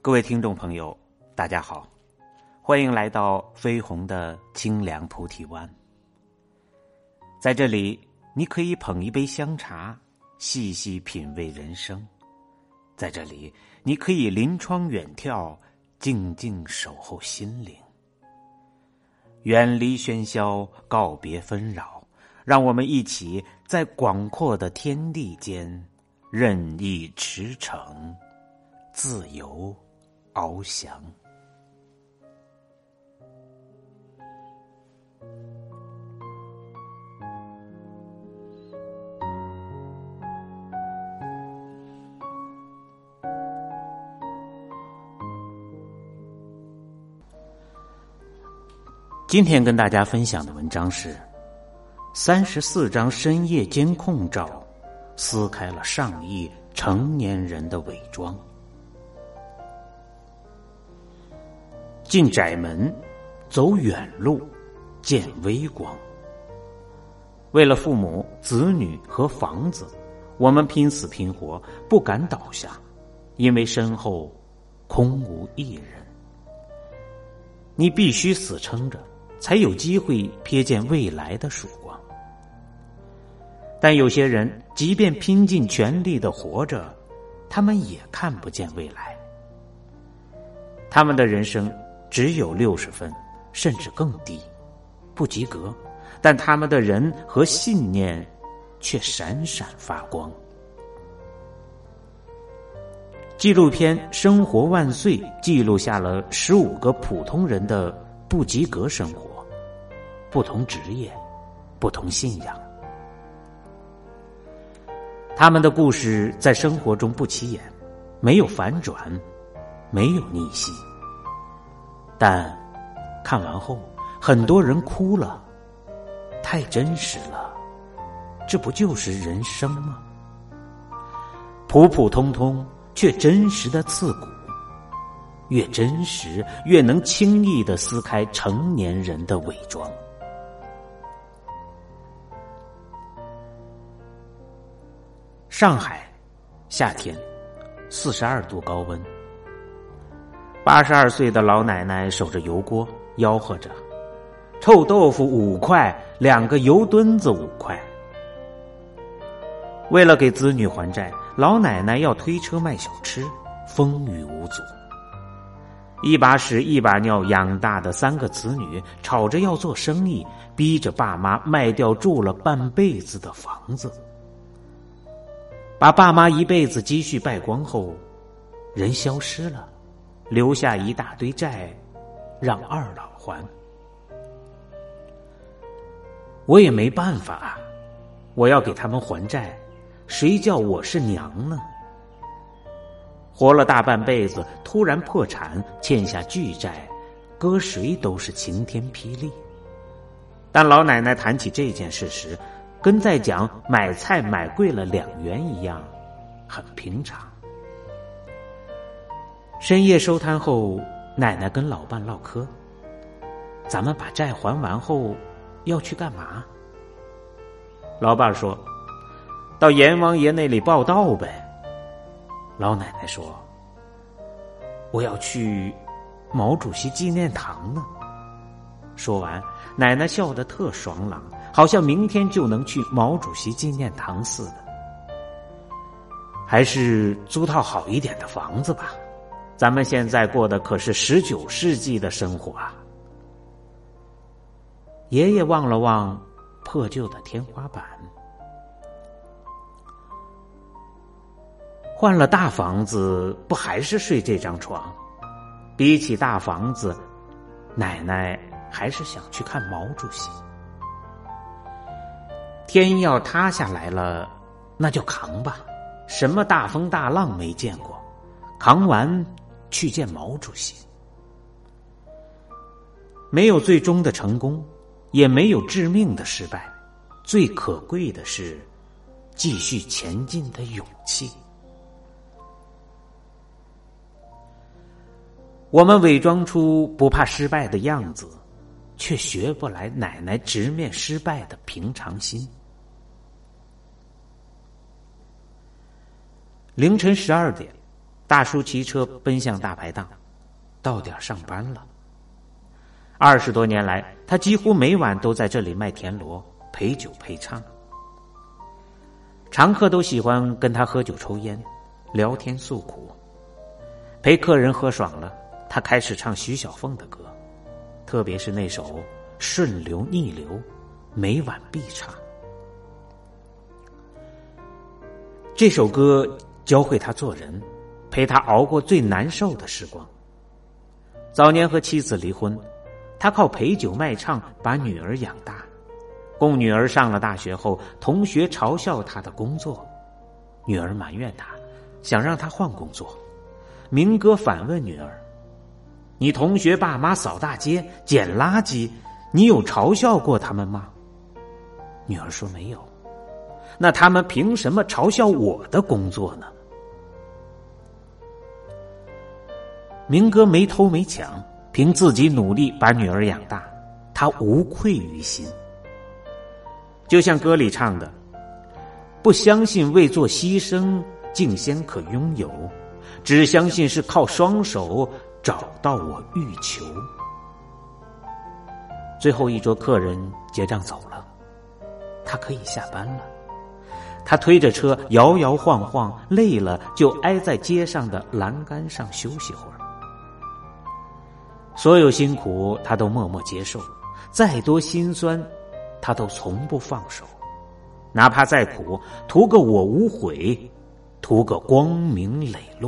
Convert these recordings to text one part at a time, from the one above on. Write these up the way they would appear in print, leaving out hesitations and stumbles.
各位听众朋友，大家好，欢迎来到飞鸿的清凉菩提湾。在这里，你可以捧一杯香茶，细细品味人生。在这里，你可以临窗远眺，静静守候心灵。远离喧嚣，告别纷扰，让我们一起在广阔的天地间任意驰骋，自由翱翔。今天跟大家分享的文章是34张深夜监控照，撕开了上亿成年人的伪装。进窄门，走远路，见微光。为了父母、子女和房子，我们拼死拼活，不敢倒下，因为身后空无一人。你必须死撑着，才有机会瞥见未来的曙光。但有些人即便拼尽全力地活着，他们也看不见未来。他们的人生只有60分，甚至更低，不及格，但他们的人和信念却闪闪发光。纪录片《生活万岁》记录下了15个普通人的不及格生活，不同职业，不同信仰。他们的故事在生活中不起眼，没有反转，没有逆袭。但看完后，很多人哭了，太真实了，这不就是人生吗？普普通通却真实的刺骨，越真实越能轻易地撕开成年人的伪装。上海夏天42度高温，82岁的老奶奶守着油锅吆喝着，臭豆腐5块，2个油墩子5块。为了给子女还债，老奶奶要推车卖小吃，风雨无阻。一把屎一把尿养大的3个子女，吵着要做生意，逼着爸妈卖掉住了半辈子的房子。把爸妈一辈子积蓄败光后，人消失了，留下一大堆债，让二老还。我也没办法，我要给他们还债，谁叫我是娘呢？活了大半辈子，突然破产，欠下巨债，搁谁都是晴天霹雳。但老奶奶谈起这件事时，跟在讲买菜买贵了2元一样，很平常。深夜收摊后，奶奶跟老伴唠嗑，咱们把债还完后要去干嘛？老伴说，到阎王爷那里报到呗。老奶奶说，我要去毛主席纪念堂呢。说完，奶奶笑得特爽朗，好像明天就能去毛主席纪念堂似的。还是租套好一点的房子吧，咱们现在过的可是19世纪的生活啊。爷爷望了望破旧的天花板，换了大房子不还是睡这张床？比起大房子，奶奶还是想去看毛主席。天要塌下来了，那就扛吧，什么大风大浪没见过，扛完去见毛主席。没有最终的成功，也没有致命的失败，最可贵的是继续前进的勇气。我们伪装出不怕失败的样子，却学不来奶奶直面失败的平常心。凌晨12点， 大叔骑车奔向大排档，到点上班了。20多年来，他几乎每晚都在这里卖田螺，陪酒陪唱。常客都喜欢跟他喝酒抽烟，聊天诉苦。陪客人喝爽了，他开始唱徐小凤的歌，特别是那首《顺流逆流》，每晚必唱。这首歌教会他做人，陪他熬过最难受的时光。早年和妻子离婚，他靠陪酒卖唱把女儿养大。供女儿上了大学后，同学嘲笑他的工作，女儿埋怨他，想让他换工作。民歌反问女儿：你同学爸妈扫大街捡垃圾，你有嘲笑过他们吗？女儿说没有。那他们凭什么嘲笑我的工作呢？民歌没偷没抢，凭自己努力把女儿养大，他无愧于心。就像歌里唱的，不相信为做牺牲竟先可拥有，只相信是靠双手找到我欲求。最后一桌客人结账走了，他可以下班了。他推着车摇摇晃晃，累了就挨在街上的栏杆上休息会儿。所有辛苦他都默默接受，再多辛酸他都从不放手，哪怕再苦，图个我无悔，图个光明磊落。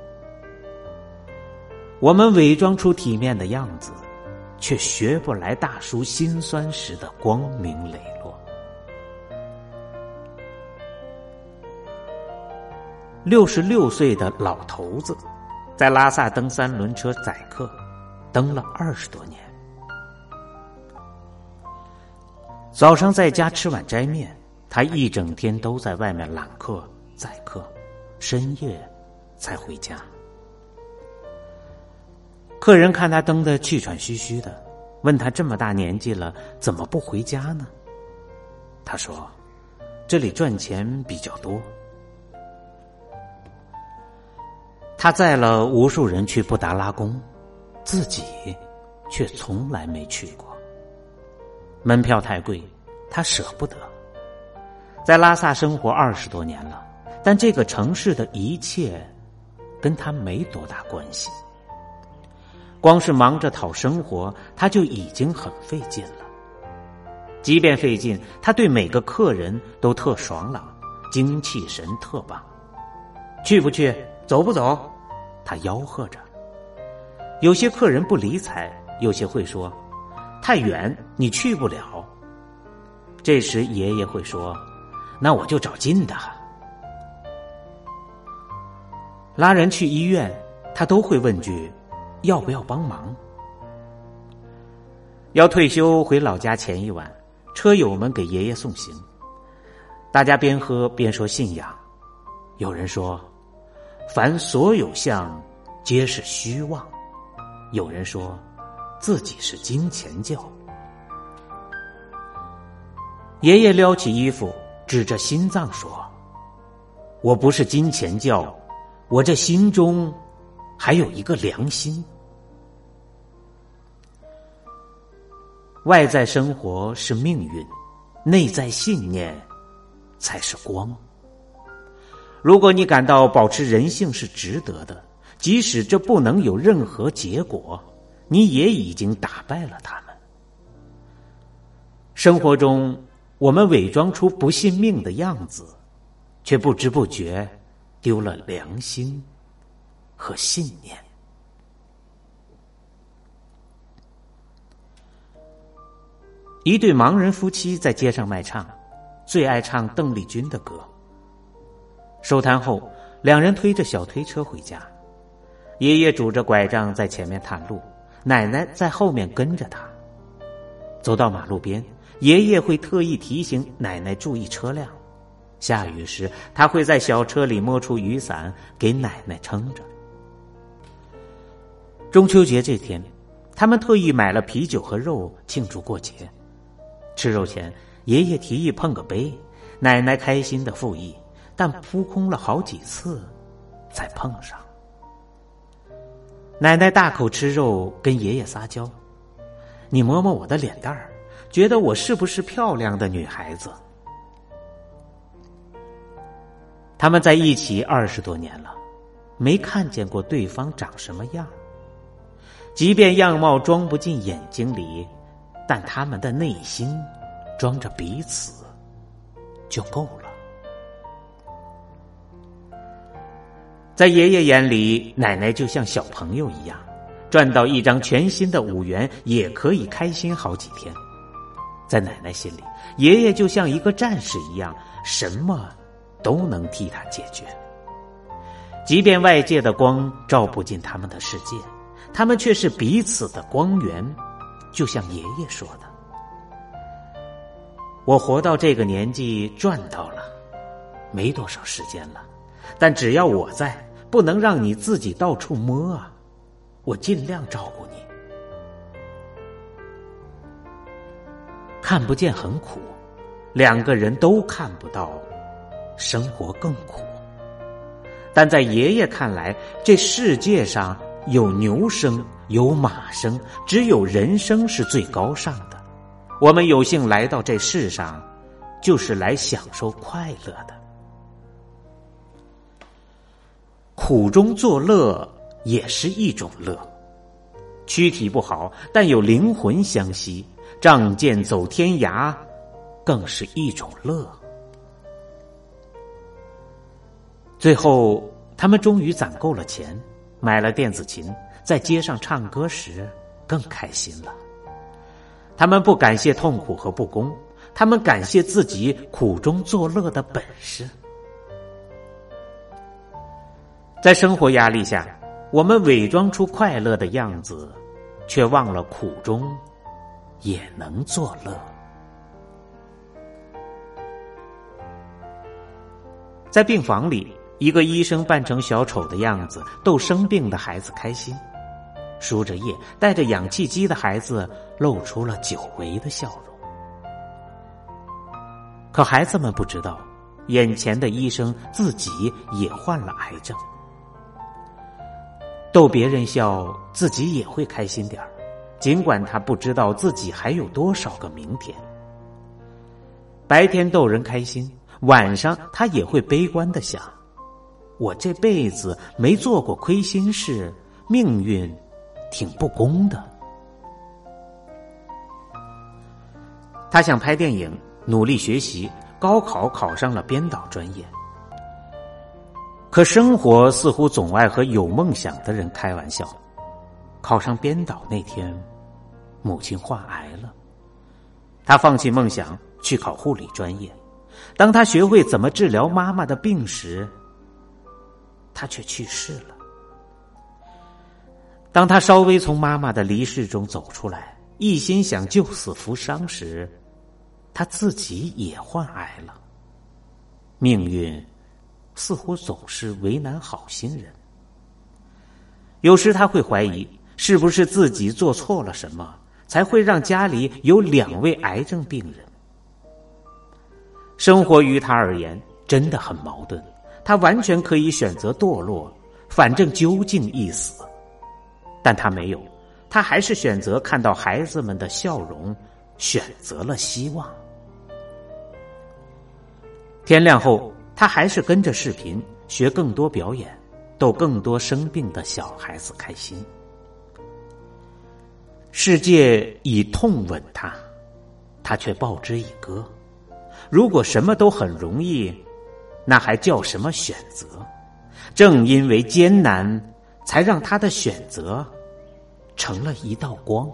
我们伪装出体面的样子，却学不来大叔辛酸时的光明磊落。66岁的老头子在拉萨蹬3轮车载客，蹬了20多年。早上在家吃碗斋面，他一整天都在外面揽客载客，深夜才回家。客人看他蹬得气喘吁吁的，问他这么大年纪了怎么不回家呢？他说这里赚钱比较多。他载了无数人去布达拉宫，自己却从来没去过。门票太贵，他舍不得。在拉萨生活20多年了，但这个城市的一切跟他没多大关系。光是忙着讨生活，他就已经很费劲了。即便费劲，他对每个客人都特爽朗，精气神特棒。去不去？走不走？他吆喝着。有些客人不理睬，有些会说太远你去不了。这时爷爷会说那我就找近的。拉人去医院，他都会问句要不要帮忙。要退休回老家前一晚，车友们给爷爷送行，大家边喝边说信仰。有人说凡所有相皆是虚妄，有人说自己是金钱教。爷爷撩起衣服指着心脏说，我不是金钱教，我这心中还有一个良心。外在生活是命运，内在信念才是光。如果你感到保持人性是值得的，即使这不能有任何结果，你也已经打败了他们。生活中我们伪装出不信命的样子，却不知不觉丢了良心和信念。一对盲人夫妻在街上卖唱，最爱唱邓丽君的歌。收摊后，两人推着小推车回家，爷爷拄着拐杖在前面探路，奶奶在后面跟着他。走到马路边，爷爷会特意提醒奶奶注意车辆，下雨时他会在小车里摸出雨伞给奶奶撑着。中秋节这天，他们特意买了啤酒和肉庆祝过节。吃肉前，爷爷提议碰个杯，奶奶开心的附议，但扑空了好几次才碰上。 奶奶大口吃肉，跟爷爷撒娇：“你摸摸我的脸蛋儿，觉得我是不是漂亮的女孩子？”他们在一起20多年了，没看见过对方长什么样。即便样貌装不进眼睛里，但他们的内心装着彼此就够了。在爷爷眼里，奶奶就像小朋友一样，赚到一张全新的5元也可以开心好几天。在奶奶心里，爷爷就像一个战士一样，什么都能替他解决。即便外界的光照不进他们的世界，他们却是彼此的光源。就像爷爷说的：“我活到这个年纪赚到了，没多少时间了，但只要我在，不能让你自己到处摸啊，我尽量照顾你。”看不见很苦，2个人都看不到，生活更苦。但在爷爷看来，这世界上有牛生，有马生，只有人生是最高尚的。我们有幸来到这世上，就是来享受快乐的。苦中作乐也是一种乐。躯体不好，但有灵魂相惜，仗剑走天涯更是一种乐。最后他们终于攒够了钱，买了电子琴，在街上唱歌时更开心了。他们不感谢痛苦和不公，他们感谢自己苦中作乐的本事。在生活压力下，我们伪装出快乐的样子，却忘了苦中也能作乐。在病房里，一个医生扮成小丑的样子，逗生病的孩子开心。输着液带着氧气机的孩子露出了久违的笑容。可孩子们不知道，眼前的医生自己也患了癌症。逗别人笑，自己也会开心点儿，尽管他不知道自己还有多少个明天。白天逗人开心，晚上他也会悲观地想，我这辈子没做过亏心事，命运挺不公的。他想拍电影，努力学习，高考考上了编导专业。可生活似乎总爱和有梦想的人开玩笑。考上编导那天，母亲患癌了。他放弃梦想，去考护理专业。当他学会怎么治疗妈妈的病时，他却去世了。当他稍微从妈妈的离世中走出来，一心想救死扶伤时，他自己也患癌了。命运似乎总是为难好心人。有时他会怀疑，是不是自己做错了什么，才会让家里有2位癌症病人。生活于他而言真的很矛盾，他完全可以选择堕落，反正究竟一死。但他没有，他还是选择看到孩子们的笑容，选择了希望。天亮后，他还是跟着视频学更多表演，逗更多生病的小孩子开心。世界以痛吻他，他却报之以歌。如果什么都很容易，那还叫什么选择？正因为艰难，才让他的选择成了一道光。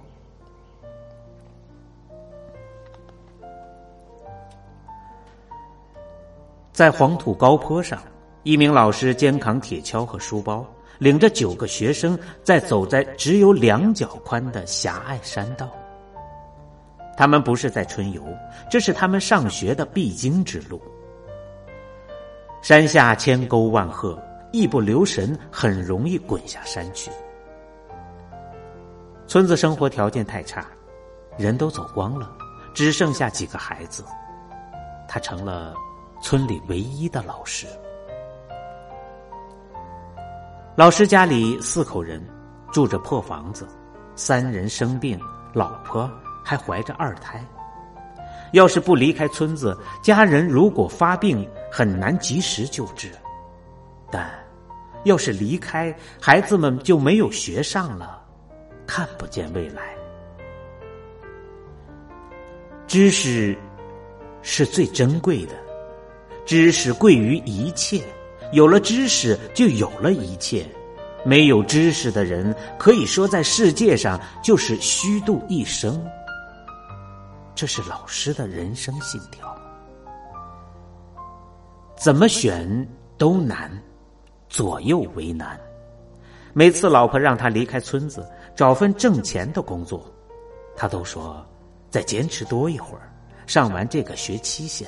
在黄土高坡上，一名老师肩扛铁锹和书包，领着9个学生走在只有2脚宽的狭隘山道。他们不是在春游，这是他们上学的必经之路。山下千沟万壑，一不留神很容易滚下山去。村子生活条件太差，人都走光了，只剩下几个孩子。他成了村里唯一的老师。老师家里4口人， 住着破房子，3人生病，老婆还怀着2胎。要是不离开村子，家人如果发病，很难及时救治。但要是离开，孩子们就没有学上了，看不见未来。知识是最珍贵的，知识贵于一切，有了知识就有了一切。没有知识的人，可以说在世界上就是虚度一生。这是老师的人生信条。怎么选都难，左右为难。每次老婆让他离开村子，找份挣钱的工作，他都说再坚持多一会儿，上完这个学期先。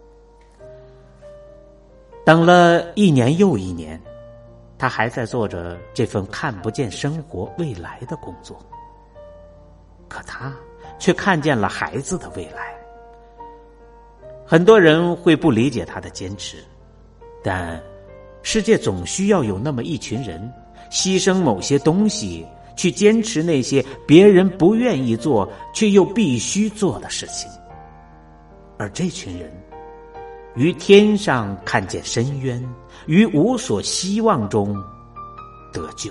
等了1年又1年，他还在做着这份看不见生活未来的工作，可他却看见了孩子的未来。很多人会不理解他的坚持，但世界总需要有那么一群人，牺牲某些东西，去坚持那些别人不愿意做却又必须做的事情。而这群人于天上看见深渊，于无所希望中得救。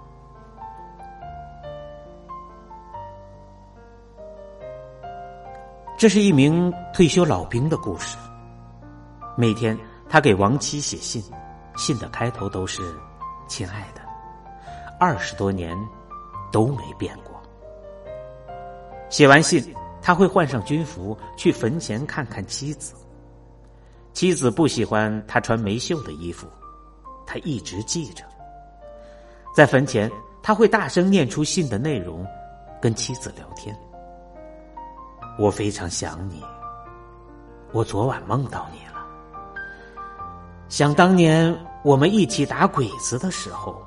这是一名退休老兵的故事。每天他给亡妻写信，信的开头都是亲爱的，20多年都没变过。写完信，他会换上军服去坟前看看妻子。妻子不喜欢他穿没袖的衣服，他一直记着。在坟前，他会大声念出信的内容，跟妻子聊天。我非常想你，我昨晚梦到你了。想当年我们一起打鬼子的时候，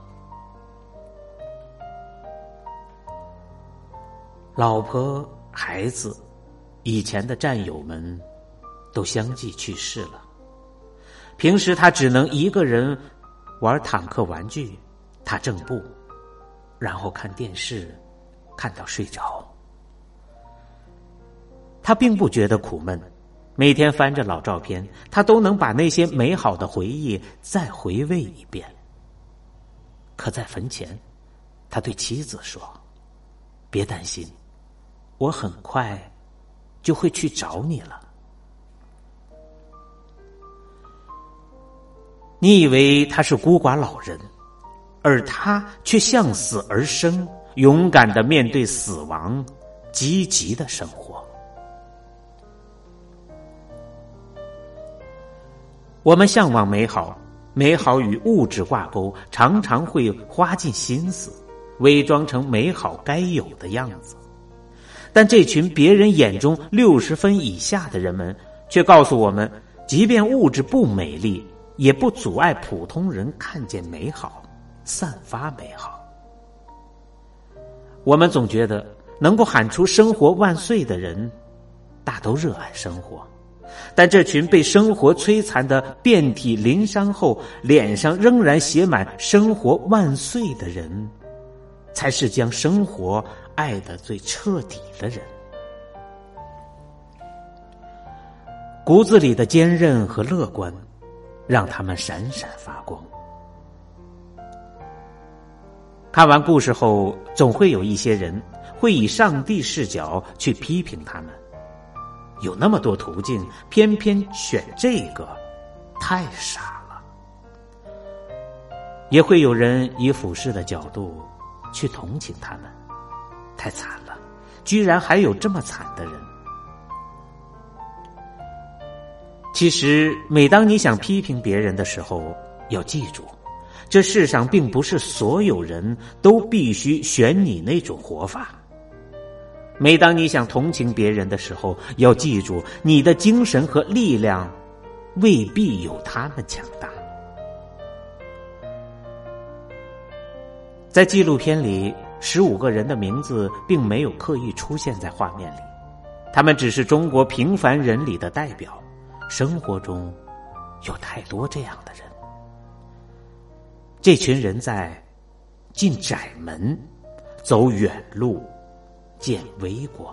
老婆、孩子、以前的战友们都相继去世了。平时他只能一个人玩坦克玩具，踏正步，然后看电视，看到睡着。他并不觉得苦闷，每天翻着老照片，他都能把那些美好的回忆再回味一遍。可在坟前，他对妻子说：别担心，我很快就会去找你了。你以为他是孤寡老人，而他却向死而生，勇敢地面对死亡，积极地生活。我们向往美好，美好与物质挂钩，常常会花尽心思，伪装成美好该有的样子。但这群别人眼中60分以下的人们，却告诉我们，即便物质不美丽，也不阻碍普通人看见美好，散发美好。我们总觉得能够喊出生活万岁的人，大都热爱生活。但这群被生活摧残的遍体鳞伤后，脸上仍然写满生活万岁的人，才是将生活爱得最彻底的人。骨子里的坚韧和乐观，让他们闪闪发光。看完故事后，总会有一些人会以上帝视角去批评他们。有那么多途径，偏偏选这个，太傻了。也会有人以俯视的角度去同情他们，太惨了，居然还有这么惨的人。其实，每当你想批评别人的时候，要记住，这世上并不是所有人都必须选你那种活法。每当你想同情别人的时候，要记住，你的精神和力量未必有他们强大。在纪录片里，15个人的名字并没有刻意出现在画面里，他们只是中国平凡人里的代表。生活中有太多这样的人，这群人在进窄门走远路，见微光。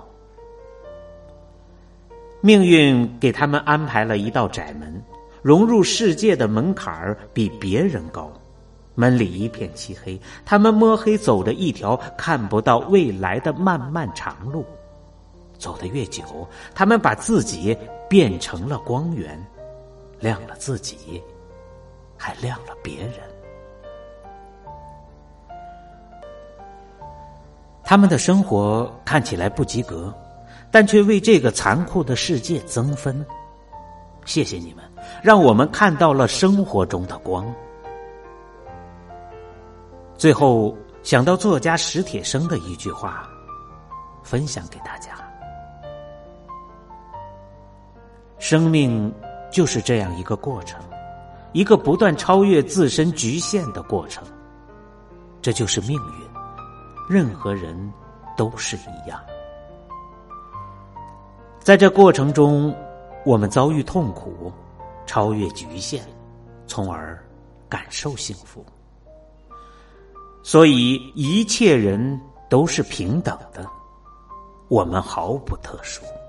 命运给他们安排了一道窄门，融入世界的门槛儿比别人高，门里一片漆黑，他们摸黑走着一条看不到未来的漫漫长路。走得越久，他们把自己变成了光源，亮了自己，还亮了别人。他们的生活看起来不及格，但却为这个残酷的世界增分。谢谢你们，让我们看到了生活中的光。最后想到作家史铁生的一句话，分享给大家：生命就是这样一个过程，一个不断超越自身局限的过程。这就是命运，任何人都是一样。在这过程中，我们遭遇痛苦，超越局限，从而感受幸福。所以一切人都是平等的，我们毫不特殊。